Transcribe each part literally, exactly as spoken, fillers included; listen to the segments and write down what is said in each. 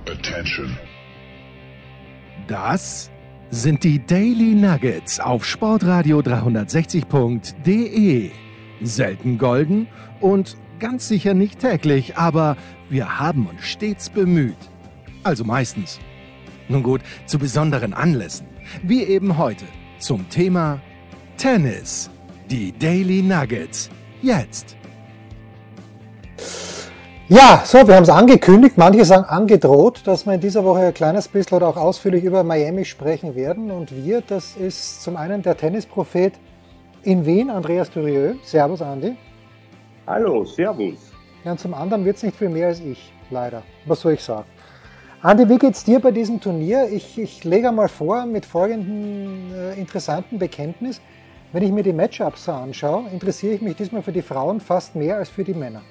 Attention. Das sind die Daily Nuggets auf Sportradio dreihundertsechzig Punkt de. Selten golden und ganz sicher nicht täglich, aber wir haben uns stets bemüht. Also meistens. Nun gut, zu besonderen Anlässen, wie eben heute, zum Thema Tennis. Die Daily Nuggets. Jetzt. Ja, so, wir haben es angekündigt, manche sagen angedroht, dass wir in dieser Woche ein kleines bisschen oder auch ausführlich über Miami sprechen werden. Und wir, das ist zum einen der Tennisprophet in Wien, Andreas Durieux. Servus, Andi. Hallo, servus. Ja, und zum anderen wird es nicht viel mehr als ich, leider. Was soll ich sagen? Andi, wie geht's dir bei diesem Turnier? Ich, ich lege mal vor mit folgendem äh, interessanten Bekenntnis. Wenn ich mir die Matchups so anschaue, interessiere ich mich diesmal für die Frauen fast mehr als für die Männer.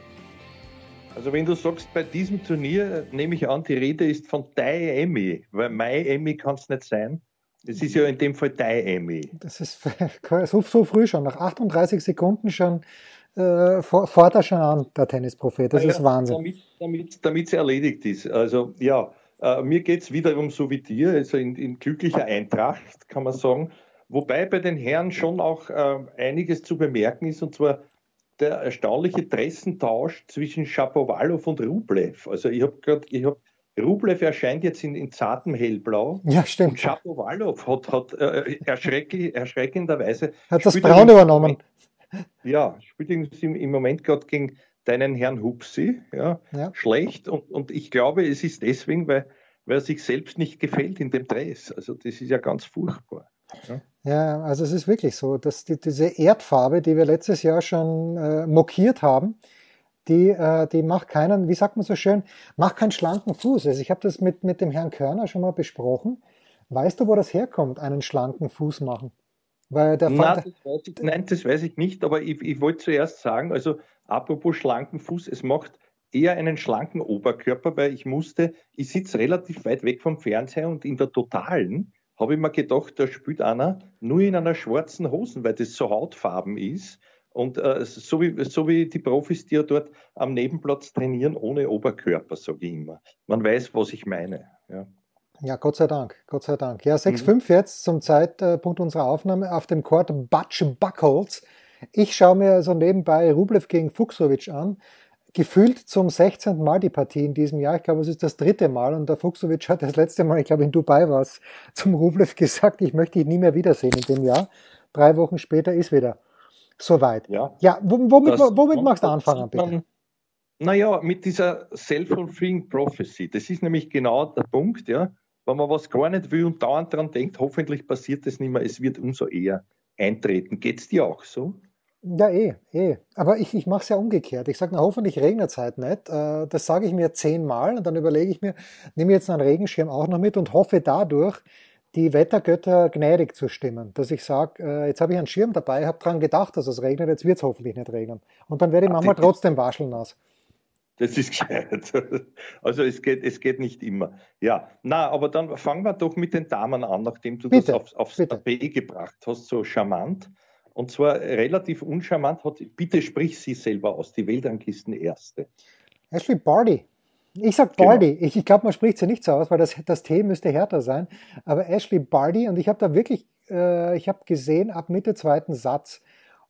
Also wenn du sagst, bei diesem Turnier, nehme ich an, die Rede ist von Miami, weil Miami kann es nicht sein. Es ist ja in dem Fall Miami. Das ist so, so früh schon, nach achtunddreißig Sekunden schon, äh, fährt er schon an, der Tennisprophet. Das ja, ist Wahnsinn. Damit es damit, damit erledigt ist. Also ja, äh, mir geht es wiederum so wie dir, also in, in glücklicher Eintracht, kann man sagen. Wobei bei den Herren schon auch äh, einiges zu bemerken ist, und zwar der erstaunliche Dressentausch zwischen Shapovalov und Rublev. Also ich habe gerade, ich habe Rublev erscheint jetzt in, in zartem Hellblau. Ja, stimmt. Und Shapovalov hat, hat äh, erschreck, erschreckenderweise hat das Braun übernommen. Moment, ja, spielt im, im Moment gerade gegen deinen Herrn Hupsi, ja, ja. schlecht. Und, und ich glaube, es ist deswegen, weil, weil er sich selbst nicht gefällt in dem Dress. Also das ist ja ganz furchtbar. Ja. Ja, also es ist wirklich so, dass die, diese Erdfarbe, die wir letztes Jahr schon äh, mokiert haben, die, äh, die macht keinen, wie sagt man so schön, macht keinen schlanken Fuß. Also ich habe das mit, mit dem Herrn Körner schon mal besprochen. Weißt du, wo das herkommt, einen schlanken Fuß machen? Weil der Nein, das weiß ich, nein, das weiß ich nicht, aber ich, ich wollte zuerst sagen, also apropos schlanken Fuß, es macht eher einen schlanken Oberkörper, weil ich musste, ich sitze relativ weit weg vom Fernseher und in der Totalen habe ich mir gedacht, da spielt einer nur in einer schwarzen Hose, weil das so hautfarben ist. Und äh, so, wie, so wie die Profis, die ja dort am Nebenplatz trainieren, ohne Oberkörper, sage ich immer. Man weiß, was ich meine. Ja, ja Gott sei Dank, Gott sei Dank. Ja, sechs fünf mhm. jetzt zum Zeitpunkt unserer Aufnahme auf dem Court Butch Buchholz. Ich schaue mir so nebenbei Rublev gegen Fucsovics an. Gefühlt zum sechzehnten Mal die Partie in diesem Jahr. Ich glaube, es ist das dritte Mal. Und der Fucsovics hat das letzte Mal, ich glaube in Dubai war es, zum Rublev gesagt, ich möchte ihn nie mehr wiedersehen in dem Jahr. Drei Wochen später ist wieder soweit. Ja, ja womit, womit magst du anfangen, bitte? Naja, mit dieser self-fulfilling prophecy. Das ist nämlich genau der Punkt, ja. Wenn man was gar nicht will und dauernd daran denkt, hoffentlich passiert das nicht mehr, es wird umso eher eintreten. Geht's dir auch so? Ja, eh, eh. Aber ich, ich mache es ja umgekehrt. Ich sage, na hoffentlich regnet es halt nicht. Das sage ich mir zehnmal und dann überlege ich mir, nehme jetzt einen Regenschirm auch noch mit und hoffe dadurch, die Wettergötter gnädig zu stimmen. Dass ich sage, jetzt habe ich einen Schirm dabei, habe dran gedacht, dass es regnet, jetzt wird es hoffentlich nicht regnen. Und dann werde ich manchmal trotzdem waschelnass. Das ist gescheit. Also es geht, es geht nicht immer. Ja, na, aber dann fangen wir doch mit den Damen an, nachdem du bitte, das aufs, aufs Tapet gebracht hast, so charmant. Und zwar relativ uncharmant hat, bitte sprich sie selber aus, die Weltranglisten Erste. Ashley Barty. Ich sag Barty. Genau. Ich, ich glaube, man spricht sie nicht so aus, weil das, das T müsste härter sein. Aber Ashley Barty, und ich habe da wirklich, äh, ich habe gesehen, ab Mitte zweiten Satz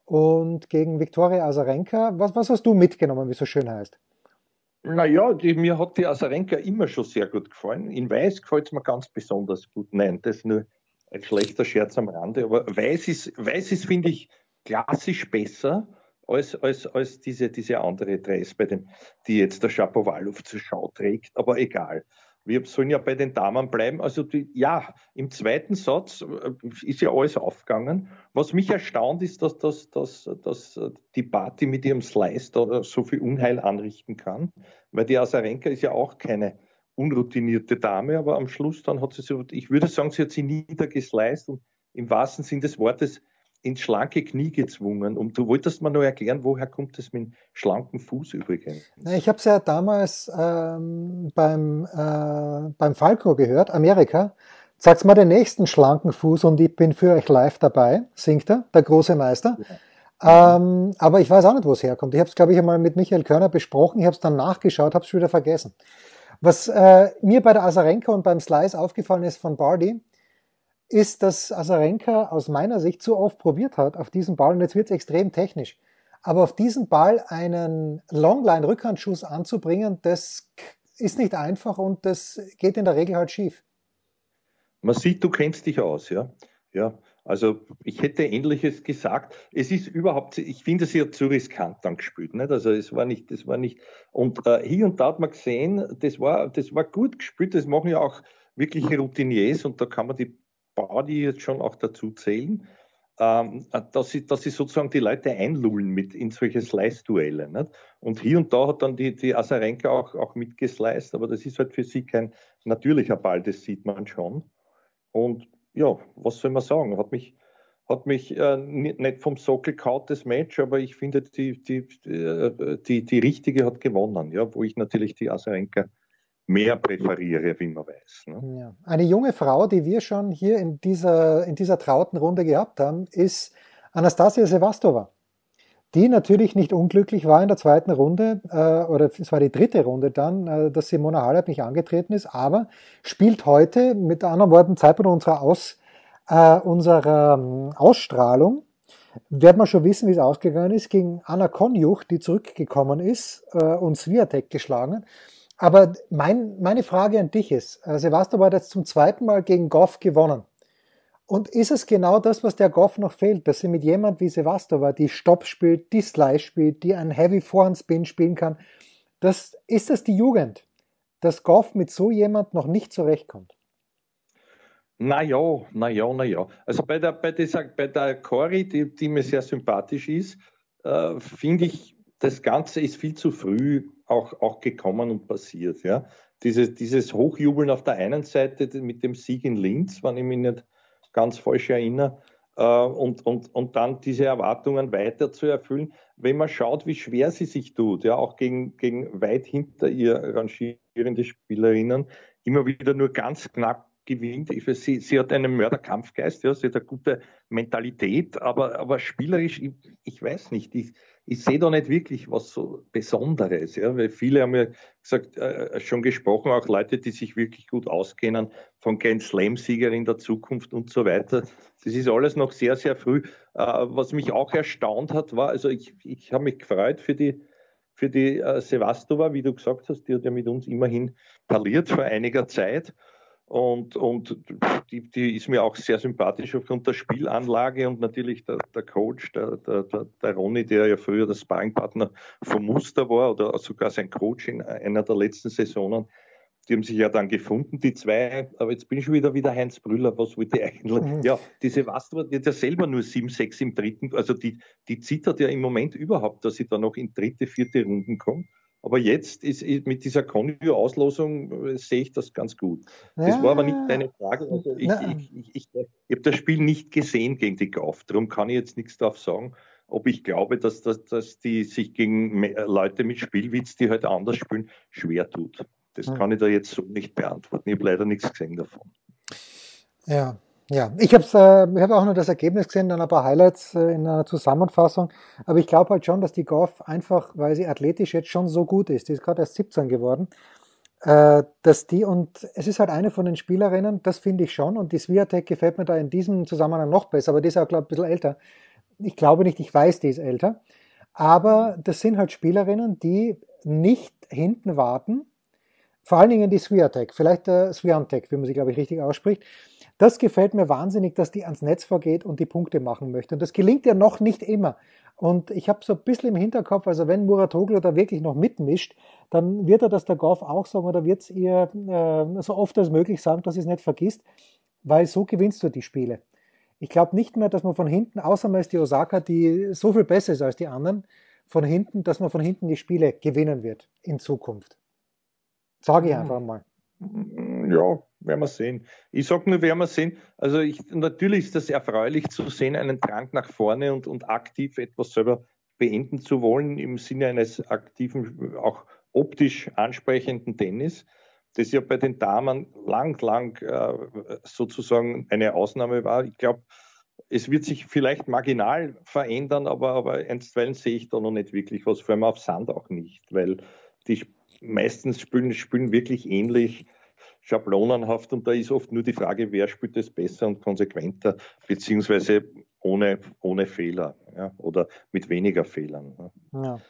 und gegen Viktoria Azarenka, was, was hast du mitgenommen, wie es so schön heißt? Naja, die, mir hat die Azarenka immer schon sehr gut gefallen. In Weiß gefällt es mir ganz besonders gut. Nein, das nur ein schlechter Scherz am Rande, aber Weiß ist, Weiß ist, finde ich, klassisch besser als, als, als diese, diese andere Dress, bei dem, die jetzt der Shapovalov zur Schau trägt, aber egal. Wir sollen ja bei den Damen bleiben. Also die, ja, im zweiten Satz ist ja alles aufgegangen. Was mich erstaunt ist, dass, dass, dass, dass die Barty mit ihrem Slice da so viel Unheil anrichten kann, weil die Azarenka ist ja auch keine unroutinierte Dame, aber am Schluss dann hat sie so, ich würde sagen, sie hat sie niedergesliced und im wahrsten Sinn des Wortes ins schlanke Knie gezwungen. Und du wolltest mir noch erklären, woher kommt das mit dem schlanken Fuß übrigens? Ich habe es ja damals ähm, beim, äh, beim Falco gehört, Amerika. Sag's mal den nächsten schlanken Fuß und ich bin für euch live dabei, singt er, der große Meister. Ja. Ähm, aber ich weiß auch nicht, wo es herkommt. Ich habe es, glaube ich, einmal mit Michael Körner besprochen, ich habe es dann nachgeschaut, habe es wieder vergessen. Was äh, mir bei der Azarenka und beim Slice aufgefallen ist von Barty, ist, dass Azarenka aus meiner Sicht zu oft probiert hat auf diesen Ball, und jetzt wird es extrem technisch, aber auf diesen Ball einen Longline-Rückhandschuss anzubringen, das ist nicht einfach und das geht in der Regel halt schief. Man sieht, du kennst dich aus, ja. Ja, also ich hätte Ähnliches gesagt. Es ist überhaupt, ich finde es ja zu riskant dann gespielt, nicht? Also es war nicht, das war nicht, und äh, hier und da hat man gesehen, das war, das war gut gespielt, das machen ja auch wirkliche Routiniers und da kann man die Body jetzt schon auch dazu zählen, ähm, dass sie, dass sie sozusagen die Leute einlullen mit in solche Slice-Duelle, nicht? Und hier und da hat dann die, die Azarenka auch, auch mitgesliced, aber das ist halt für sie kein natürlicher Ball, das sieht man schon. Und ja, was soll man sagen? Hat mich, hat mich äh, nicht vom Sockel kaut, das Match, aber ich finde, die, die, die, die richtige hat gewonnen, ja, wo ich natürlich die Azarenka mehr präferiere, wie man weiß. Ne? Ja. Eine junge Frau, die wir schon hier in dieser, in dieser trauten Runde gehabt haben, ist Anastasia Sevastova, die natürlich nicht unglücklich war in der zweiten Runde, äh, oder es war die dritte Runde dann, äh, dass Simona Halep nicht angetreten ist, aber spielt heute, mit anderen Worten, Zeitpunkt unserer, Aus, äh, unserer ähm, Ausstrahlung, werden wir schon wissen, wie es ausgegangen ist, gegen Anna Konjuch, die zurückgekommen ist äh, und Swiatek geschlagen. Aber mein, meine Frage an dich ist, äh, Sevastova hat jetzt zum zweiten Mal gegen Goff gewonnen. Und ist es genau das, was der Goff noch fehlt, dass sie mit jemand wie Sevastova, die Stopp spielt, die Slice spielt, die einen Heavy Forehand Spin spielen kann, das, ist das die Jugend, dass Goff mit so jemand noch nicht zurechtkommt? Naja, naja, naja. Also bei der, bei dieser, bei der Cori, die, die mir sehr sympathisch ist, äh, finde ich, das Ganze ist viel zu früh auch, auch gekommen und passiert. Ja? Dieses, dieses Hochjubeln auf der einen Seite mit dem Sieg in Linz, wenn ich mich nicht ganz falsch erinnere, äh, und, und, und dann diese Erwartungen weiter zu erfüllen. Wenn man schaut, wie schwer sie sich tut, ja, auch gegen, gegen weit hinter ihr rangierende Spielerinnen, immer wieder nur ganz knapp gewinnt. Ich weiß, sie, sie hat einen Mörderkampfgeist, ja, sie hat eine gute Mentalität, aber, aber spielerisch, ich, ich weiß nicht, ich, ich sehe da nicht wirklich was so Besonderes, ja, weil viele haben ja gesagt, äh, schon gesprochen, auch Leute, die sich wirklich gut auskennen, von Grand Slam-Siegerin der Zukunft und so weiter. Das ist alles noch sehr, sehr früh. Äh, was mich auch erstaunt hat, war, also ich, ich habe mich gefreut für die für die äh, Sevastova, wie du gesagt hast, die hat ja mit uns immerhin parliert vor einiger Zeit. Und, und die, die ist mir auch sehr sympathisch aufgrund der Spielanlage und natürlich der, der Coach, der, der, der Ronny, der ja früher der Sparringpartner vom Muster war oder sogar sein Coach in einer der letzten Saisonen. Die haben sich ja dann gefunden, die zwei. Aber jetzt bin ich schon wieder wie der Heinz Brüller. Was wollte ich eigentlich? Mhm. Ja, diese Sevastova, die hat ja selber nur sieben sechs im dritten. Also die, die zittert ja im Moment überhaupt, dass sie da noch in dritte, vierte Runden kommt. Aber jetzt ist, ist mit dieser Konju-Auslosung äh, sehe ich das ganz gut. Ja. Das war aber nicht deine Frage. Also ich, ich, ich, ich, ich habe das Spiel nicht gesehen gegen die Gauf. Darum kann ich jetzt nichts darauf sagen, ob ich glaube, dass, dass, dass die sich gegen Leute mit Spielwitz, die halt anders spielen, schwer tut. Das hm. kann ich da jetzt so nicht beantworten. Ich habe leider nichts gesehen davon. Ja, ja. Ich habe äh, hab auch nur das Ergebnis gesehen, dann ein paar Highlights äh, in einer Zusammenfassung. Aber ich glaube halt schon, dass die Goff einfach, weil sie athletisch jetzt schon so gut ist, die ist gerade erst siebzehn geworden, äh, dass die, und es ist halt eine von den Spielerinnen, das finde ich schon, und die Swiatek gefällt mir da in diesem Zusammenhang noch besser, aber die ist auch, glaube ich, ein bisschen älter. Ich glaube nicht, ich weiß, die ist älter. Aber das sind halt Spielerinnen, die nicht hinten warten, vor allen Dingen die Swiatek, vielleicht der Swiatek, wie man sie, glaube ich, richtig ausspricht. Das gefällt mir wahnsinnig, dass die ans Netz vorgeht und die Punkte machen möchte. Und das gelingt ja noch nicht immer. Und ich habe so ein bisschen im Hinterkopf, also wenn Muratoglu da wirklich noch mitmischt, dann wird er das der Goff auch sagen oder wird es ihr äh, so oft als möglich sagen, dass sie es nicht vergisst, weil so gewinnst du die Spiele. Ich glaube nicht mehr, dass man von hinten, außer man ist die Osaka, die so viel besser ist als die anderen, von hinten, dass man von hinten die Spiele gewinnen wird in Zukunft. Sage ich einfach mal. Ja, werden wir sehen. Ich sage nur, werden wir sehen. Also ich, natürlich ist das erfreulich zu sehen, einen Drang nach vorne und, und aktiv etwas selber beenden zu wollen, im Sinne eines aktiven, auch optisch ansprechenden Tennis, das ja bei den Damen lang, lang äh, sozusagen eine Ausnahme war. Ich glaube, es wird sich vielleicht marginal verändern, aber, aber einstweilen sehe ich da noch nicht wirklich was, vor allem auf Sand auch nicht, weil die meistens spielen, spielen wirklich ähnlich schablonenhaft und da ist oft nur die Frage, wer spielt es besser und konsequenter, beziehungsweise ohne, ohne Fehler, ja, oder mit weniger Fehlern. Ja. Ja.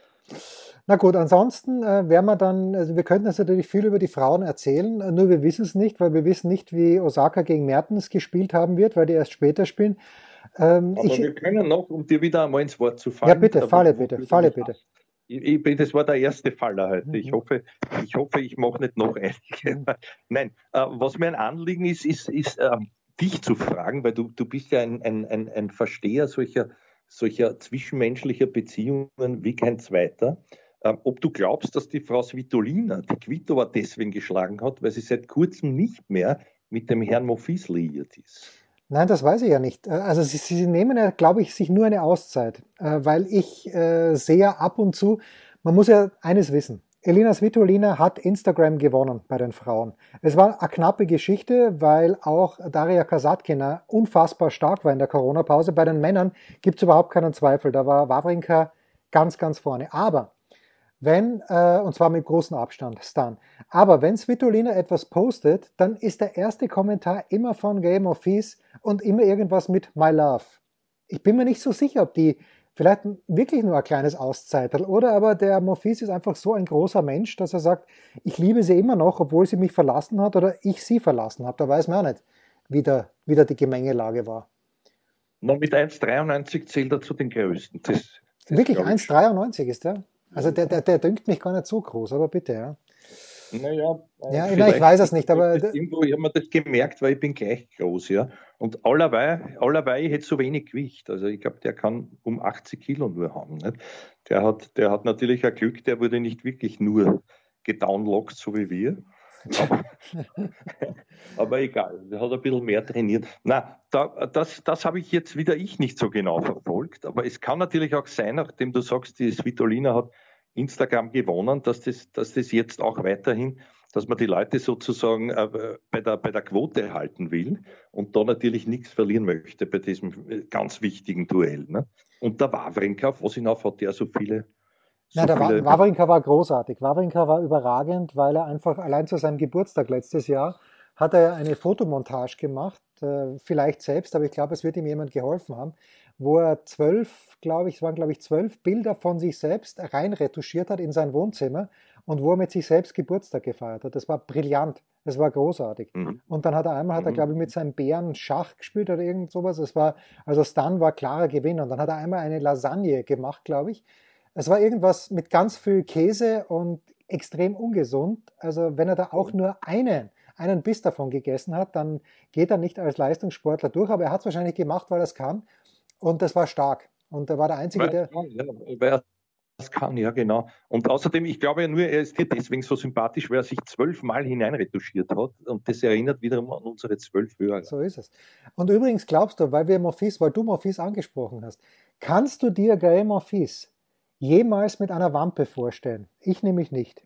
Na gut, ansonsten äh, werden wir dann, also wir könnten jetzt natürlich viel über die Frauen erzählen, äh, nur wir wissen es nicht, weil wir wissen nicht, wie Osaka gegen Mertens gespielt haben wird, weil die erst später spielen. Ähm, Aber ich, wir können noch, um dir wieder einmal ins Wort zu fallen. Ja, bitte, falle bitte, falle bitte. Ich, ich bin, das war der erste Faller heute. Ich hoffe, ich hoffe, ich mache nicht noch einige. Nein, äh, was mir ein Anliegen ist, ist, ist äh, dich zu fragen, weil du, du bist ja ein, ein, ein, ein Versteher solcher, solcher zwischenmenschlicher Beziehungen wie kein zweiter. Äh, ob du glaubst, dass die Frau Svitolina die Kvitova deswegen geschlagen hat, weil sie seit kurzem nicht mehr mit dem Herrn Monfils liiert ist. Nein, das weiß ich ja nicht. Also sie, sie nehmen ja, glaube ich, sich nur eine Auszeit, weil ich äh, sehe ab und zu, man muss ja eines wissen, Elina Svitolina hat Instagram gewonnen bei den Frauen. Es war eine knappe Geschichte, weil auch Daria Kasatkina unfassbar stark war in der Corona-Pause. Bei den Männern gibt es überhaupt keinen Zweifel, da war Wawrinka ganz, ganz vorne. Aber wenn, äh, und zwar mit großem Abstand, Stan. Aber wenn Svitolina etwas postet, dann ist der erste Kommentar immer von Gaël Monfils und immer irgendwas mit My Love. Ich bin mir nicht so sicher, ob die vielleicht wirklich nur ein kleines Auszeitel oder aber der Monfils ist einfach so ein großer Mensch, dass er sagt, ich liebe sie immer noch, obwohl sie mich verlassen hat oder ich sie verlassen habe. Da weiß man auch nicht, wie da, wie da die Gemengelage war. Na, mit eins Komma dreiundneunzig zählt er zu den Größten. Das, das wirklich, eins Komma dreiundneunzig ist der? Also der, der, der dünkt mich gar nicht so groß, aber bitte, ja. Naja, ja, na, ich weiß es nicht, aber... Irgendwo, ich habe mir das gemerkt, weil ich bin gleich groß, ja. Und allerweil, allerweil ich hätte so wenig Gewicht. Also ich glaube, der kann um achtzig Kilo nur haben. Nicht? Der hat, der hat natürlich ein Glück, der wurde nicht wirklich nur gedownlockt, so wie wir. Aber, aber egal, der hat ein bisschen mehr trainiert. Na, da, das, das habe ich jetzt wieder ich nicht so genau verfolgt, aber es kann natürlich auch sein, nachdem du sagst, die Svitolina hat Instagram gewonnen, dass das, dass das jetzt auch weiterhin, dass man die Leute sozusagen äh, bei, der, bei der Quote halten will und da natürlich nichts verlieren möchte bei diesem ganz wichtigen Duell. Ne? Und der Wawrinka, auf was hinauf hat der so viele... So ja, der Wawrinka war großartig. Wawrinka war überragend, weil er einfach allein zu seinem Geburtstag letztes Jahr hat er eine Fotomontage gemacht, äh, vielleicht selbst, aber ich glaube, es wird ihm jemand geholfen haben, wo er zwölf, glaube ich, es waren glaube ich zwölf Bilder von sich selbst rein retuschiert hat in sein Wohnzimmer und wo er mit sich selbst Geburtstag gefeiert hat. Das war brillant, das war großartig. Mhm. Und dann hat er einmal, hat er glaube ich mit seinem Bären Schach gespielt oder irgend sowas. Es war, also Stan war klarer Gewinner. Und dann hat er einmal eine Lasagne gemacht, glaube ich. Es war irgendwas mit ganz viel Käse und extrem ungesund. Also wenn er da auch nur einen, einen Biss davon gegessen hat, dann geht er nicht als Leistungssportler durch. Aber er hat es wahrscheinlich gemacht, weil er es kann. Und das war stark. Und er war der Einzige, weil, der... Ja, weil er das kann, ja genau. Und außerdem, ich glaube ja nur, er ist dir deswegen so sympathisch, weil er sich zwölfmal hineinretuschiert hat. Und das erinnert wiederum an unsere zwölf Hörer. So ist es. Und übrigens glaubst du, weil wir Monfils, weil du Monfils angesprochen hast, kannst du dir Gaël Monfils jemals mit einer Wampe vorstellen? Ich nämlich nicht.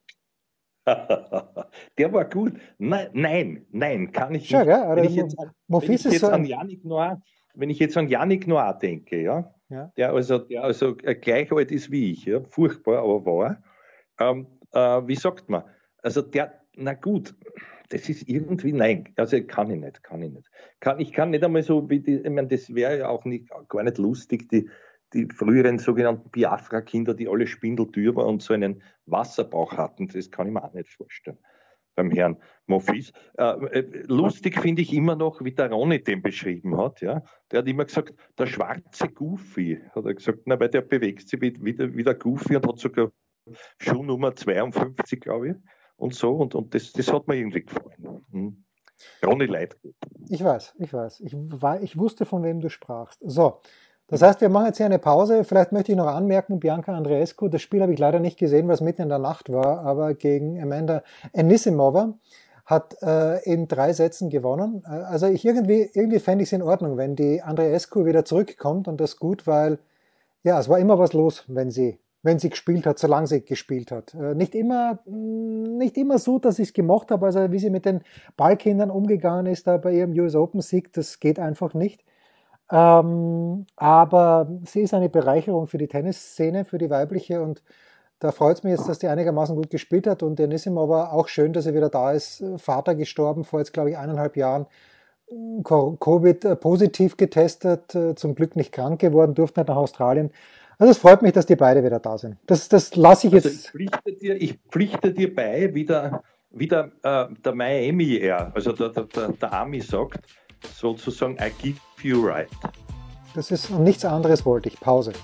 Der war gut. Nein, nein, nein, kann ich Schon, nicht. Ja, wenn ich jetzt, an, wenn ich jetzt so an Yannick Noir, wenn ich jetzt an Yannick Noir denke, ja, ja. Der, also, der also gleich alt ist wie ich, ja, furchtbar, aber wahr. Ähm, äh, wie sagt man? Also der, na gut, das ist irgendwie, nein, also kann ich nicht, kann ich nicht. Kann, ich kann nicht einmal so, wie die, ich meine, das wäre ja auch nicht, gar nicht lustig, die, die früheren sogenannten Biafra-Kinder, die alle spindeldürr waren und so einen Wasserbauch hatten, das kann ich mir auch nicht vorstellen. Beim Herrn Monfils. Äh, lustig finde ich immer noch, wie der Ronny den beschrieben hat. Ja? Der hat immer gesagt, der schwarze Goofy, hat er gesagt, na, weil der bewegt sich wie, wie, der, wie der Goofy und hat sogar Schuhnummer zweiundfünfzig, glaube ich, und so. Und, und das, das hat mir irgendwie gefallen. Hm. Ronny Leitgeb. Ich weiß, ich weiß. Ich, war, ich wusste, von wem du sprachst. So. Das heißt, wir machen jetzt hier eine Pause. Vielleicht möchte ich noch anmerken, Bianca Andreescu, das Spiel habe ich leider nicht gesehen, was mitten in der Nacht war, aber gegen Amanda Anisimova hat äh, in drei Sätzen gewonnen. Also ich irgendwie, irgendwie fände ich es in Ordnung, wenn die Andreescu wieder zurückkommt und das gut, weil ja, es war immer was los, wenn sie, wenn sie gespielt hat, solange sie gespielt hat. Äh, nicht immer, nicht immer so, dass ich es gemocht habe, also wie sie mit den Ballkindern umgegangen ist, da bei ihrem U S Open Sieg, das geht einfach nicht. Ähm, aber sie ist eine Bereicherung für die Tennisszene, für die weibliche und da freut es mich jetzt, dass die einigermaßen gut gespielt hat und Anisimova aber auch schön, dass er wieder da ist. Vater gestorben vor jetzt, glaube ich, eineinhalb Jahren. Covid positiv getestet, zum Glück nicht krank geworden, durfte nicht nach Australien. Also es freut mich, dass die beide wieder da sind. Das, das lasse ich jetzt. Also ich pflichte dir, ich pflichte dir bei, wie der, wie der, äh, der Miami Air, also der, der, der Army sagt, sozusagen, I give you right. Das ist und nichts anderes wollte ich. Pause.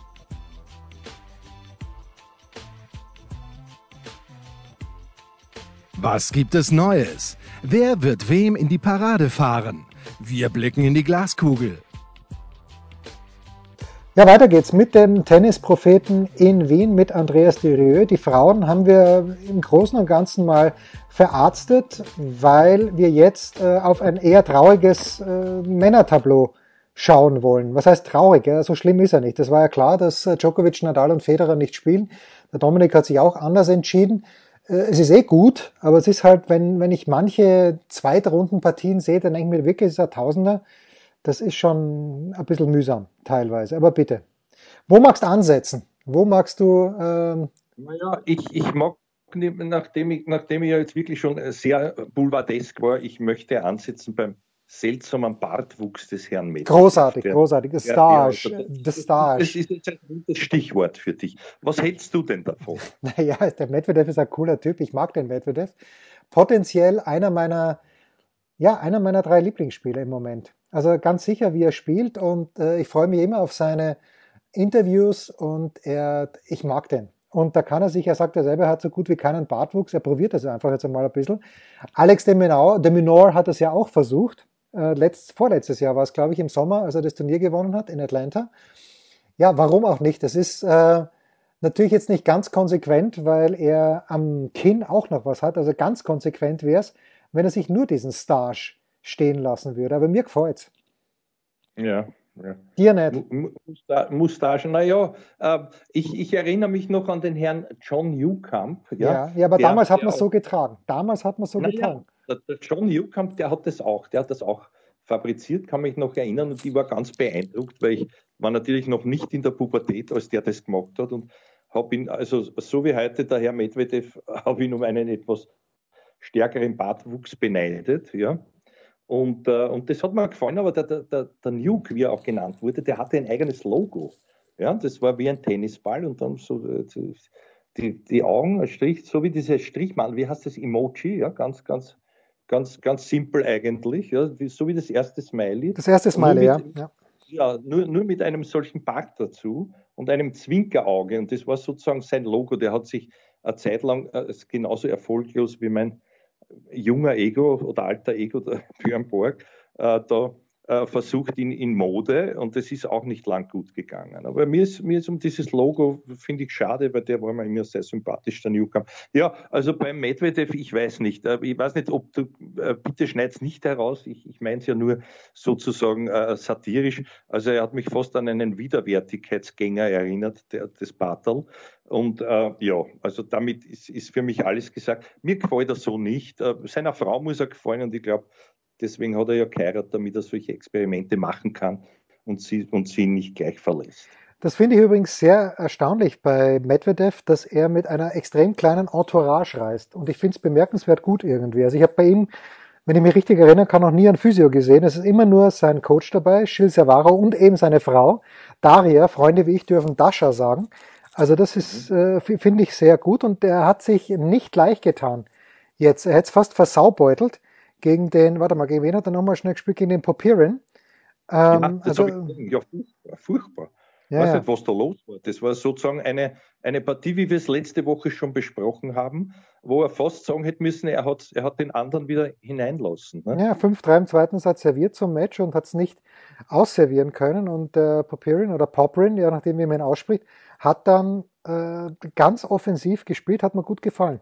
Was gibt es Neues? Wer wird wem in die Parade fahren? Wir blicken in die Glaskugel. Ja, weiter geht's mit dem Tennispropheten in Wien mit Andreas Thirieu. Die Frauen haben wir im Großen und Ganzen mal verarztet, weil wir jetzt äh, auf ein eher trauriges äh, Männertableau schauen wollen. Was heißt traurig? Ja, so schlimm ist er nicht. Das war ja klar, dass äh, Djokovic, Nadal und Federer nicht spielen. Der Dominik hat sich auch anders entschieden. Es ist eh gut, aber es ist halt, wenn, wenn ich manche Zweitrundenpartien sehe, dann denke ich mir wirklich, es ist ein Tausender. Das ist schon ein bisschen mühsam, teilweise. Aber bitte. Wo magst du ansetzen? Wo magst du... Ähm naja, ich, ich mag, nachdem ich, nachdem ich ja jetzt wirklich schon sehr boulevardesk war, ich möchte ansetzen beim seltsamen Bartwuchs des Herrn Medvedev. Großartig, der, großartig. The Starch. Ja, The Starch. Das ist jetzt ein gutes Stichwort für dich. Was hältst du denn davon? Naja, der Medvedev ist ein cooler Typ. Ich mag den Medvedev. Potenziell einer meiner, ja, einer meiner drei Lieblingsspieler im Moment. Also ganz sicher, wie er spielt und äh, ich freue mich immer auf seine Interviews und er, ich mag den. Und da kann er sich, er sagt ja selber, er hat so gut wie keinen Bartwuchs, er probiert das einfach jetzt einmal ein bisschen. Alex de Minaur, de Minaur hat das ja auch versucht. Letzt, vorletztes Jahr war es, glaube ich, im Sommer, als er das Turnier gewonnen hat in Atlanta. Ja, warum auch nicht? Das ist äh, natürlich jetzt nicht ganz konsequent, weil er am Kinn auch noch was hat. Also ganz konsequent wäre es, wenn er sich nur diesen Starch stehen lassen würde. Aber mir gefällt's. Ja, ja. Dir nicht? Mustache, naja, äh, ich, ich erinnere mich noch an den Herrn John Newcomb. Ja, ja, ja aber der, damals hat man es so getragen. Damals hat man es so naja, getragen. Der, der John Newcomb, der hat das auch, der hat das auch fabriziert, kann mich noch erinnern und ich war ganz beeindruckt, weil ich war natürlich noch nicht in der Pubertät, als der das gemacht hat und habe ihn, also so wie heute der Herr Medvedev, habe ihn um einen etwas stärkeren Bartwuchs beneidet, ja. Und, äh, und das hat mir gefallen, aber der, der, der Nuke, wie er auch genannt wurde, der hatte ein eigenes Logo. Ja, das war wie ein Tennisball und dann so die, die Augen, ein Strich, so wie diese Strichmann, wie heißt das, Emoji, ja, ganz, ganz, ganz, ganz simpel eigentlich, ja, so wie das erste Smiley. Das erste Smiley, ja. ja. Ja, nur, nur mit einem solchen Bart dazu und einem Zwinkerauge und das war sozusagen sein Logo, der hat sich eine Zeit lang äh, genauso erfolglos wie mein junger Ego oder alter Ego, der Björn Borg, äh, da äh, versucht in, in Mode und das ist auch nicht lang gut gegangen. Aber mir ist, mir ist um dieses Logo, finde ich schade, weil der war mir immer sehr sympathisch, der Newcomb. Ja, also beim Medvedev, ich weiß nicht, äh, ich weiß nicht, ob du, äh, bitte schneid's nicht heraus, ich, ich meine es ja nur sozusagen äh, satirisch, also er hat mich fast an einen Widerwärtigkeitsgänger erinnert, der, des Bartel. Und äh, ja, also damit ist, ist für mich alles gesagt. Mir gefällt er so nicht. Äh, seiner Frau muss er gefallen und ich glaube, deswegen hat er ja geheiratet, damit er solche Experimente machen kann und sie, und sie ihn nicht gleich verlässt. Das finde ich übrigens sehr erstaunlich bei Medvedev, dass er mit einer extrem kleinen Entourage reist. Und ich finde es bemerkenswert gut irgendwie. Also ich habe bei ihm, wenn ich mich richtig erinnern kann, noch nie einen Physio gesehen. Es ist immer nur sein Coach dabei, Gilles Servaro und eben seine Frau. Daria, Freunde wie ich dürfen Dasha sagen. Also das ist, äh, finde ich, sehr gut und er hat sich nicht leicht getan. Jetzt, er hätte es fast versaubeutelt gegen den, warte mal, gegen wen hat er nochmal schnell gespielt? Gegen den Popyrin. Ähm, ja, das also, ich, ja, furchtbar. furchtbar. Ich ja, weiß ja. nicht, was da los war. Das war sozusagen eine, eine Partie, wie wir es letzte Woche schon besprochen haben, wo er fast sagen hätte müssen, er hat, er hat den anderen wieder hineinlassen. Ne? Ja, fünf drei im zweiten Satz serviert zum Match und hat es nicht ausservieren können. Und der äh, Popyrin oder Popyrin, je nachdem wie man ihn ausspricht, hat dann äh, ganz offensiv gespielt, hat mir gut gefallen.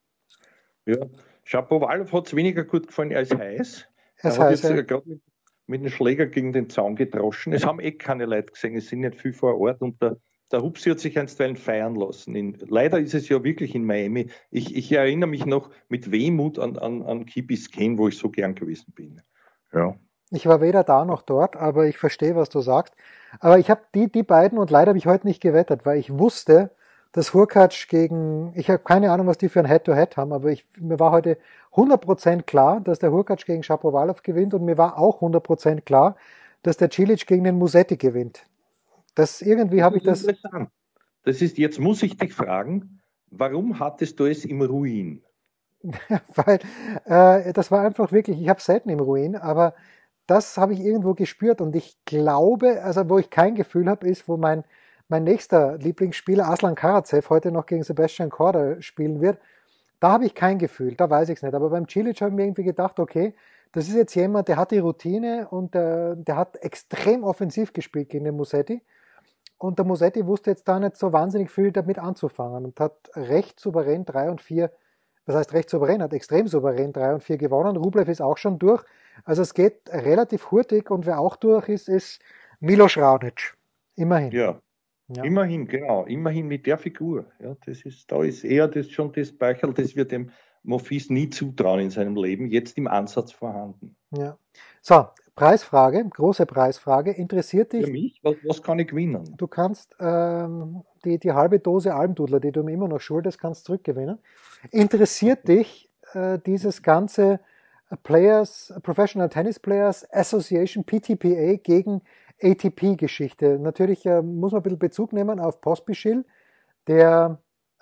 Ja, Shapovalov hat es weniger gut gefallen als Heiß. Er hat heiß, jetzt ja. gerade mit, mit dem Schläger gegen den Zaun gedroschen. Es haben eh keine Leute gesehen, es sind nicht viel vor Ort und der, der Hupsi hat sich einstweilen feiern lassen. In, leider ist es ja wirklich in Miami. Ich, ich erinnere mich noch mit Wehmut an, an, an Key Biscayne, wo ich so gern gewesen bin. Ja. Ich war weder da noch dort, aber ich verstehe, was du sagst. Aber ich habe die, die beiden und leider habe ich heute nicht gewettet, weil ich wusste, das Hurkacz gegen, ich habe keine Ahnung, was die für ein Head-to-Head haben, aber ich, mir war heute hundert Prozent klar, dass der Hurkacz gegen Shapovalov gewinnt und mir war auch hundert Prozent klar, dass der Cilic gegen den Musetti gewinnt. Das irgendwie habe ich das. Interessant. Das ist, jetzt muss ich dich fragen, warum hattest du es im Ruin? Weil äh, das war einfach wirklich, ich habe selten im Ruin, aber das habe ich irgendwo gespürt und ich glaube, also wo ich kein Gefühl habe, ist, wo mein, mein nächster Lieblingsspieler Aslan Karatsev heute noch gegen Sebastian Korda spielen wird. Da habe ich kein Gefühl, da weiß ich es nicht. Aber beim Cilic habe ich mir irgendwie gedacht, okay, das ist jetzt jemand, der hat die Routine und der, der hat extrem offensiv gespielt gegen den Musetti. Und der Musetti wusste jetzt da nicht so wahnsinnig viel damit anzufangen und hat recht souverän drei und vier, was heißt recht souverän, hat extrem souverän drei und vier gewonnen. Rublev ist auch schon durch. Also es geht relativ hurtig und wer auch durch ist, ist Milos Raonic. Immerhin. Ja, ja. Immerhin, genau. Immerhin mit der Figur. Ja, das ist, da ist eher das schon das Beicherl, das wir dem Monfils nie zutrauen in seinem Leben, jetzt im Ansatz vorhanden. Ja. So, Preisfrage, große Preisfrage. Interessiert dich? Für mich? Was, was kann ich gewinnen? Du kannst ähm, die, die halbe Dose Almdudler, die du mir immer noch schuldest, kannst zurückgewinnen. Interessiert dich äh, dieses ganze Players, Professional Tennis Players Association, P T P A, gegen A T P-Geschichte? Natürlich äh, muss man ein bisschen Bezug nehmen auf Pospischil, der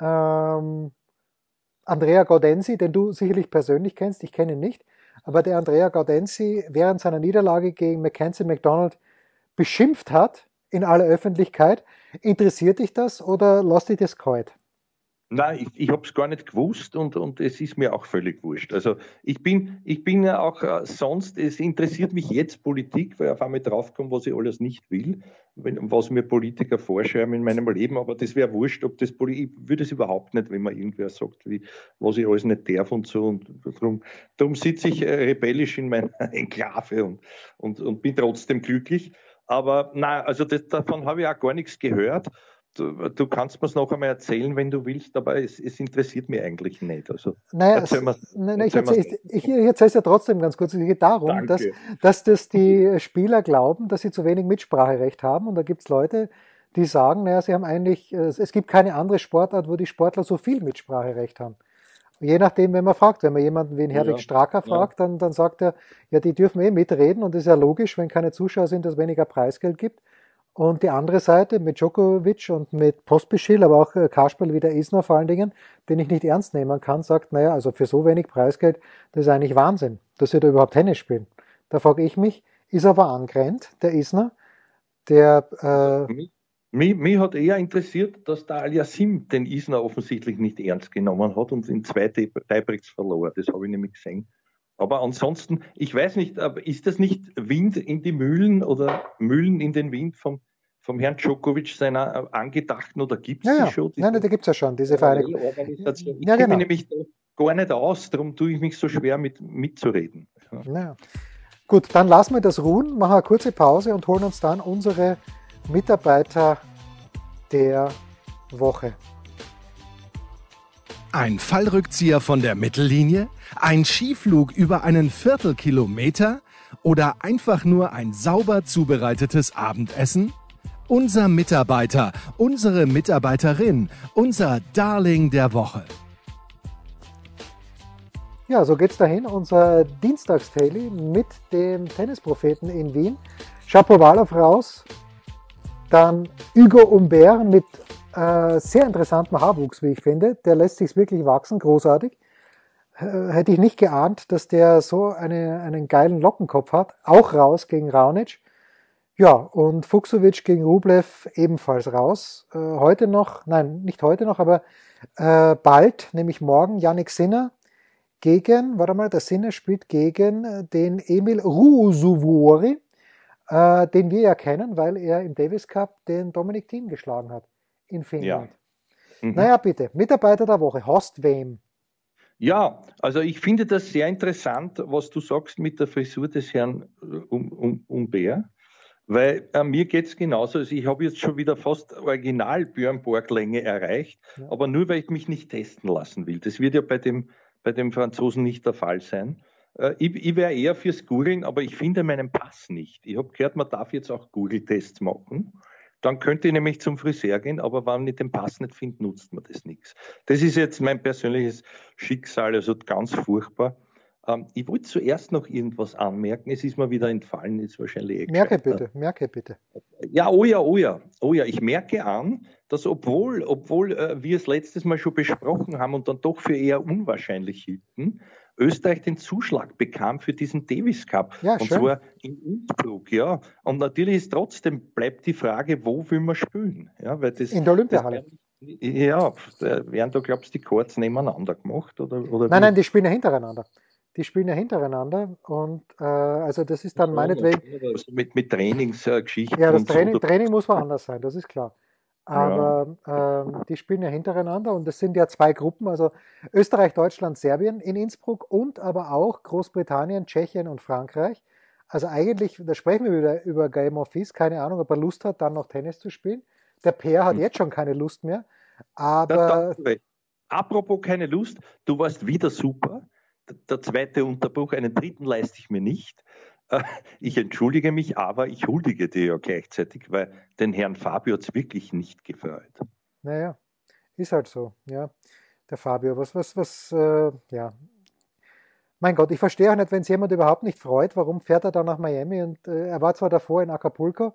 ähm, Andrea Gaudenzi, den du sicherlich persönlich kennst, ich kenne ihn nicht, aber der Andrea Gaudenzi während seiner Niederlage gegen Mackenzie McDonald beschimpft hat in aller Öffentlichkeit. Interessiert dich das oder lass dich das kalt? Nein, ich, ich habe es gar nicht gewusst und, und es ist mir auch völlig wurscht. Also ich bin, ich bin ja auch äh, sonst, es interessiert mich jetzt Politik, weil ich auf einmal draufkomme, was ich alles nicht will, wenn, was mir Politiker vorschreiben in meinem Leben, aber das wäre wurscht, ob das Politik, ich würde es überhaupt nicht, wenn man irgendwer sagt, wie, was ich alles nicht darf und so, und darum, darum sitze ich äh, rebellisch in meiner Enklave und, und, und bin trotzdem glücklich. Aber nein, also das, davon habe ich auch gar nichts gehört. Du, du kannst mir es noch einmal erzählen, wenn du willst, aber es, es interessiert mich eigentlich nicht. Also, naja, es, nein, ich erzähle ich, ich es ja trotzdem ganz kurz. Es geht darum, dass, dass das die Spieler glauben, dass sie zu wenig Mitspracherecht haben. Und da gibt es Leute, die sagen, naja, sie haben eigentlich, es gibt keine andere Sportart, wo die Sportler so viel Mitspracherecht haben. Je nachdem, wenn man fragt, wenn man jemanden wie den Herwig ja, Stracker fragt, ja. dann, dann sagt er, ja, die dürfen eh mitreden und das ist ja logisch, wenn keine Zuschauer sind, dass es weniger Preisgeld gibt. Und die andere Seite mit Djokovic und mit Pospischil, aber auch Kasperl wie der Isner vor allen Dingen, den ich nicht ernst nehmen kann, sagt, naja, also für so wenig Preisgeld, das ist eigentlich Wahnsinn, dass wir da überhaupt Tennis spielen. Da frage ich mich, ist er aber angrennt, der Isner, der... Äh, mich, mich, mich hat eher interessiert, dass der Aliasim den Isner offensichtlich nicht ernst genommen hat und in zwei Tiebreaks verlor. Das habe ich nämlich gesehen. Aber ansonsten, ich weiß nicht, ist das nicht Wind in die Mühlen oder Mühlen in den Wind vom, vom Herrn Djokovic seiner angedachten oder gibt es ja, die ja. schon? Nein, da gibt es ja schon, diese Vereinigung. Ich ja, kenne genau. mich nämlich gar nicht aus, darum tue ich mich so schwer mit, mitzureden. Ja. Ja. Gut, dann lassen wir das ruhen, machen eine kurze Pause und holen uns dann unsere Mitarbeiter der Woche. Ein Fallrückzieher von der Mittellinie? Ein Skiflug über einen Viertelkilometer? Oder einfach nur ein sauber zubereitetes Abendessen? Unser Mitarbeiter, unsere Mitarbeiterin, unser Darling der Woche. Ja, so geht's dahin. Unser Dienstags-Daily mit dem Tennispropheten in Wien. Shapovalov raus. Dann Hugo Humbert mit äh, sehr interessantem Haarwuchs, wie ich finde. Der lässt sich wirklich wachsen, großartig. Äh, hätte ich nicht geahnt, dass der so eine, einen geilen Lockenkopf hat. Auch raus gegen Raonic. Ja, und Fucsovics gegen Rublev ebenfalls raus. Äh, heute noch, nein, nicht heute noch, aber äh, bald, nämlich morgen, Jannik Sinner gegen, warte mal, der Sinner spielt gegen den Emil Ruusuvuori, äh, den wir ja kennen, weil er im Davis Cup den Dominic Thiem geschlagen hat in Finnland. Ja. Mhm. Naja, bitte, Mitarbeiter der Woche, hast wem? Ja, also ich finde das sehr interessant, was du sagst mit der Frisur des Herrn um, um, Humbert, weil äh, mir geht es genauso. Also ich habe jetzt schon wieder fast original Björn Borg-Länge erreicht, ja. aber nur, weil ich mich nicht testen lassen will. Das wird ja bei dem, bei dem Franzosen nicht der Fall sein. Äh, ich ich wäre eher fürs Googeln, aber ich finde meinen Pass nicht. Ich habe gehört, man darf jetzt auch Google-Tests machen. Dann könnte ich nämlich zum Friseur gehen, aber wenn ich den Pass nicht finde, nutzt mir das nichts. Das ist jetzt mein persönliches Schicksal, also ganz furchtbar. Ähm, ich wollte zuerst noch irgendwas anmerken, es ist mir wieder entfallen, ist wahrscheinlich eh Merke gescheiter. bitte, merke bitte. Ja, oh ja, oh ja, oh ja, ich merke an, dass obwohl, obwohl äh, wir es letztes Mal schon besprochen haben und dann doch für eher unwahrscheinlich hielten, Österreich den Zuschlag bekam für diesen Davis Cup. Ja, und schön. zwar in Innsbruck, ja. Und natürlich ist trotzdem bleibt die Frage, wo will man spielen? Ja, weil das, In der das Olympiahalle. ja, werden da, glaubst du, die Chords nebeneinander gemacht? Oder, oder Nein, wie? nein, die spielen ja hintereinander. Die spielen ja hintereinander und äh, also das ist dann meinetwegen, Also mit, mit Trainingsgeschichten ja, das und so. Training, Training muss woanders sein, das ist klar. Ja. Aber ähm, die spielen ja hintereinander und es sind ja zwei Gruppen, also Österreich, Deutschland, Serbien in Innsbruck und aber auch Großbritannien, Tschechien und Frankreich. Also eigentlich, da sprechen wir wieder über Game of Thrones, keine Ahnung, ob er Lust hat, dann noch Tennis zu spielen. Der Peer hat jetzt schon keine Lust mehr, Da, aber da, apropos keine Lust, du warst wieder super. Der zweite Unterbruch, einen dritten leiste ich mir nicht. Ich entschuldige mich, aber ich huldige dir ja gleichzeitig, weil den Herrn Fabio hat es wirklich nicht gefreut. naja, ist halt so, ja. Der Fabio, was, was, was, äh, ja. Mein Gott, ich verstehe auch nicht, wenn es jemand überhaupt nicht freut, warum fährt er dann nach Miami und äh, er war zwar davor in Acapulco,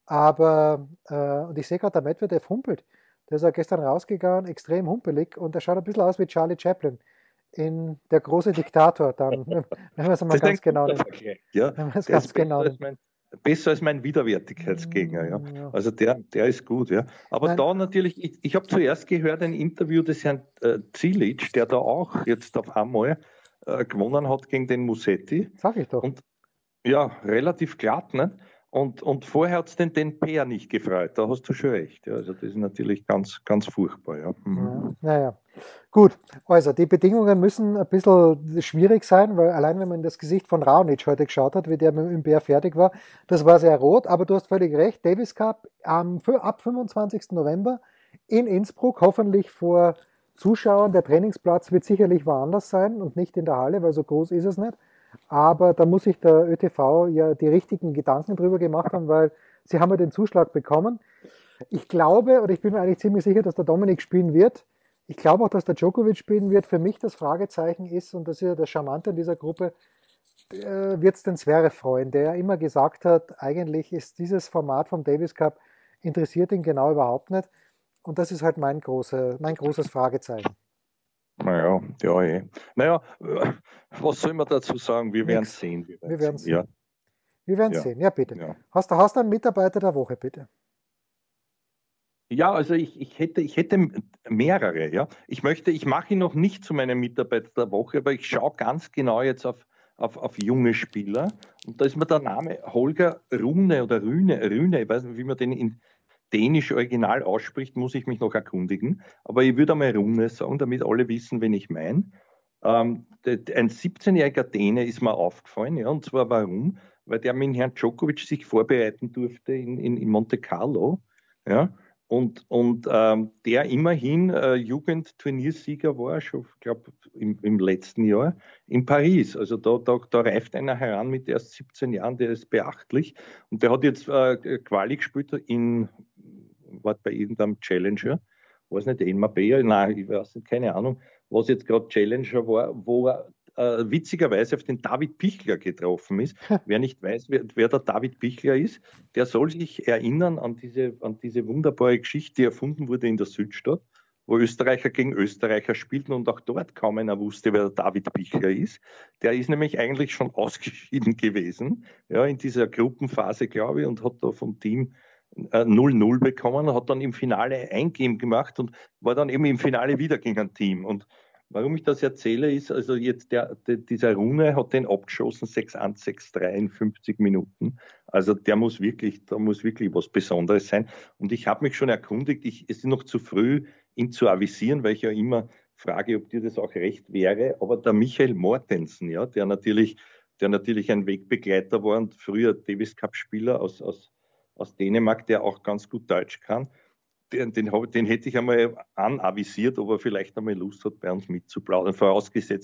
aber, äh, und ich sehe gerade, der Medvedev humpelt. Der ist ja gestern rausgegangen, extrem humpelig und er schaut ein bisschen aus wie Charlie Chaplin in Der große Diktator, dann, wenn wir es mal Das ist ein ganz genau guter nehmen. Vergleich. Ja, Wenn wir es der ganz ist besser genau als nehmen. mein, besser als mein Widerwärtigkeitsgegner. Ja. Mm, ja. Also der, der ist gut. Ja. Aber Nein, da natürlich, ich, ich habe zuerst gehört ein Interview des Herrn äh, Cilic, der da auch jetzt auf einmal äh, gewonnen hat gegen den Musetti. sag ich doch. Und ja, relativ glatt, ne? Und, und vorher hat es den, den Peer nicht gefreut, da hast du schon recht. Ja. Also das ist natürlich ganz, ganz furchtbar. Ja. Ja, Mhm. naja. Gut, also die Bedingungen müssen ein bisschen schwierig sein, weil allein wenn man das Gesicht von Raonic heute geschaut hat, wie der mit dem Bär fertig war, das war sehr rot, aber du hast völlig recht, Davis Cup am, ab fünfundzwanzigsten November in Innsbruck, hoffentlich vor Zuschauern. Der Trainingsplatz wird sicherlich woanders sein und nicht in der Halle, weil so groß ist es nicht. Aber da muss sich der ÖTV ja die richtigen Gedanken drüber gemacht haben, weil sie haben ja den Zuschlag bekommen. Ich glaube, oder ich bin mir eigentlich ziemlich sicher, dass der Dominik spielen wird. Ich glaube auch, dass der Djokovic spielen wird. Für mich das Fragezeichen ist, und das ist ja das Charmante in dieser Gruppe, äh, wird es den Zverev freuen, der ja immer gesagt hat, eigentlich ist dieses Format vom Davis Cup interessiert ihn genau überhaupt nicht. Und das ist halt mein, große, mein großes Fragezeichen. Naja, ja, eh. Naja, äh, was soll man dazu sagen? Wir werden Nix. sehen. Wir Wir werden werden sehen. Ja, sehen. Wir werden ja, sehen. Ja, bitte. ja. Hast du hast du einen Mitarbeiter der Woche, bitte? Ja, also ich, ich hätte, ich hätte mehrere, ja. Ich möchte, ich mache ihn noch nicht zu meinem Mitarbeiter der Woche, aber ich schaue ganz genau jetzt auf, auf, auf junge Spieler. Und da ist mir der Name Holger Rune oder Rühne, Rühne, ich weiß nicht, wie man den in Dänisch original ausspricht, muss ich mich noch erkundigen. Aber ich würde einmal Rune sagen, damit alle wissen, wen ich meine. Ähm, ein siebzehnjähriger Däne ist mir aufgefallen, ja, und zwar warum? Weil der mit Herrn Djokovic sich vorbereiten durfte in, in, in Monte Carlo, ja. Und, und ähm, der immerhin äh, Jugendturniersieger war, schon, ich glaube, im, im letzten Jahr in Paris. Also da, da, da reift einer heran mit erst siebzehn Jahren, der ist beachtlich. Und der hat jetzt äh, Quali gespielt in, war bei irgendeinem Challenger, weiß nicht, in Marbella, nein, ich weiß nicht, keine Ahnung, was jetzt gerade Challenger war, wo er äh, witzigerweise auf den David Pichler getroffen ist. Wer nicht weiß, wer, wer der David Pichler ist, der soll sich erinnern an diese, an diese wunderbare Geschichte, die erfunden wurde in der Südstadt, wo Österreicher gegen Österreicher spielten und auch dort kaum einer wusste, wer der David Pichler ist. Der ist nämlich eigentlich schon ausgeschieden gewesen, ja, in dieser Gruppenphase, glaube ich, und hat da vom Team null null bekommen, hat dann im Finale ein Game gemacht und war dann eben im Finale wieder gegen ein Team. Und warum ich das erzähle, ist, also jetzt der, der, dieser Rune hat den abgeschossen, sechs eins, sechs drei in fünfzig Minuten. Also der muss wirklich, da muss wirklich was Besonderes sein. Und ich habe mich schon erkundigt, ich, es ist noch zu früh, ihn zu avisieren, weil ich ja immer frage, ob dir das auch recht wäre. Aber der Michael Mortensen, ja, der natürlich, der natürlich ein Wegbegleiter war und früher Davis Cup-Spieler aus, aus, aus Dänemark, der auch ganz gut Deutsch kann, den, den, den hätte ich einmal anavisiert, ob er vielleicht einmal Lust hat, bei uns mitzuplaudern, vorausgesetzt,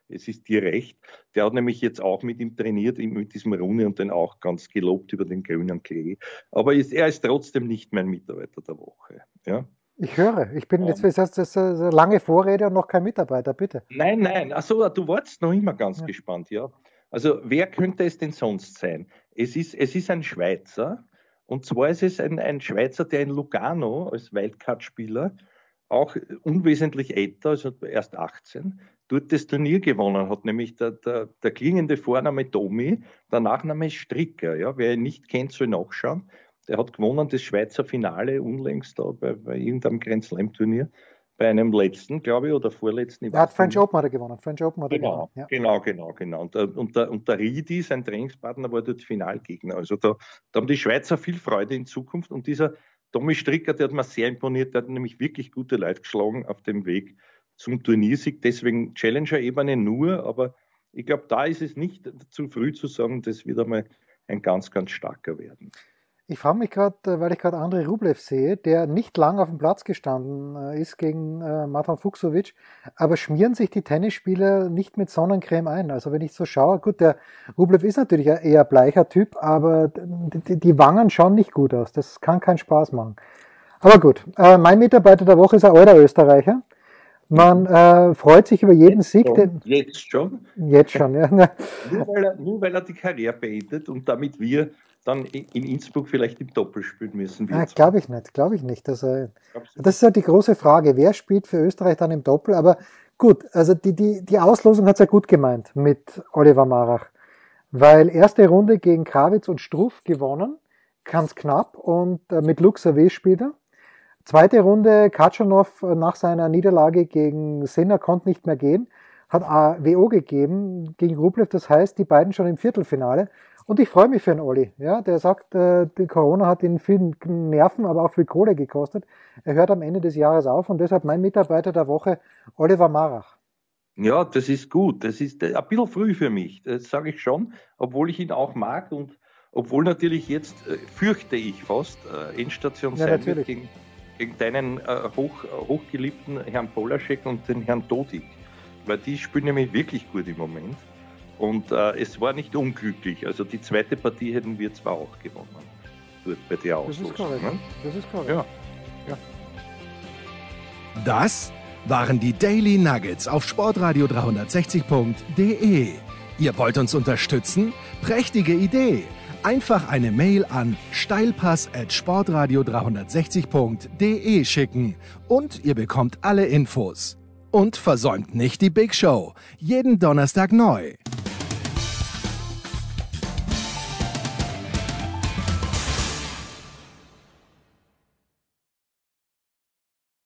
es ist dir recht. Der hat nämlich jetzt auch mit ihm trainiert, mit diesem Rooney und den auch ganz gelobt über den grünen Klee. Aber ist, er ist trotzdem nicht mein Mitarbeiter der Woche. Ja? Ich höre, ich bin jetzt, das heißt, das ist eine lange Vorrede und noch kein Mitarbeiter, bitte. Nein, nein, achso, du warst noch immer ganz ja. gespannt, ja. Also wer könnte es denn sonst sein? Es ist, es ist ein Schweizer, und zwar ist es ein, ein Schweizer, der in Lugano als Wildcard-Spieler, auch unwesentlich älter, also erst achtzehn, dort das Turnier gewonnen hat, nämlich der, der, der klingende Vorname Domi, der Nachname ist Stricker. Ja. Wer ihn nicht kennt, soll nachschauen. Der hat gewonnen das Schweizer Finale unlängst da bei, bei irgendeinem Grand Slam-Turnier, bei einem letzten, glaube ich, oder vorletzten. Er hat French Open hat er gewonnen. French Open hat er genau, gewonnen. Ja. Genau, genau, genau. Und der, und, der, und der Ridi, sein Trainingspartner, war dort Finalgegner. Also da, da haben die Schweizer viel Freude in Zukunft. Und dieser Tommy Stricker, der hat mir sehr imponiert, der hat nämlich wirklich gute Leute geschlagen auf dem Weg zum Turniersieg. Deswegen Challenger-Ebene nur, aber ich glaube, da ist es nicht zu früh zu sagen, das wird einmal ein ganz, ganz starker werden. Ich frage mich gerade, weil ich gerade Andrei Rublev sehe, der nicht lang auf dem Platz gestanden ist gegen äh, Martin Fucsovics, aber schmieren sich die Tennisspieler nicht mit Sonnencreme ein? Also wenn ich so schaue, gut, der Rublev ist natürlich ein eher bleicher Typ, aber die, die Wangen schauen nicht gut aus. Das kann keinen Spaß machen. Aber gut, äh, mein Mitarbeiter der Woche ist ein alter Österreicher. Man äh, freut sich über jeden jetzt Sieg. Schon, Den, jetzt schon? Jetzt schon, ja. nur, weil er, nur weil er die Karriere beendet und damit wir dann in Innsbruck vielleicht im Doppel spielen müssen. Ah, glaube ich nicht, glaube ich nicht. Also, das ist ja die große Frage, wer spielt für Österreich dann im Doppel? Aber gut, also die, die, die Auslosung hat es ja gut gemeint mit Oliver Marach, weil erste Runde gegen Krawitz und Struff gewonnen, ganz knapp und äh, mit Luxavé spielt er. Zweite Runde, Katschanov nach seiner Niederlage gegen Sinner konnte nicht mehr gehen, hat A W O gegeben gegen Rublev, das heißt, die beiden schon im Viertelfinale. Und ich freue mich für den Olli. Ja, der sagt, äh, die Corona hat ihn viel Nerven, aber auch viel Kohle gekostet. Er hört am Ende des Jahres auf und deshalb mein Mitarbeiter der Woche, Oliver Marach. Ja, das ist gut. Das ist ein bisschen früh für mich. Das sage ich schon, obwohl ich ihn auch mag und obwohl natürlich jetzt, äh, fürchte ich fast, äh, Endstation ja, sein wird gegen, gegen deinen äh, hoch, hochgeliebten Herrn Polaschek und den Herrn Dodig. Weil die spielen nämlich wirklich gut im Moment. Und äh, es war nicht unglücklich. Also die zweite Partie hätten wir zwar auch gewonnen. Dort bei der Auslosung. Das ist korrekt. Ne? Das ist korrekt. Ja. Ja. Das waren die Daily Nuggets auf sportradio dreihundertsechzig punkt de. Ihr wollt uns unterstützen? Prächtige Idee! Einfach eine Mail an steilpass at sportradio dreihundertsechzig punkt de schicken und ihr bekommt alle Infos. Und versäumt nicht die Big Show. Jeden Donnerstag neu.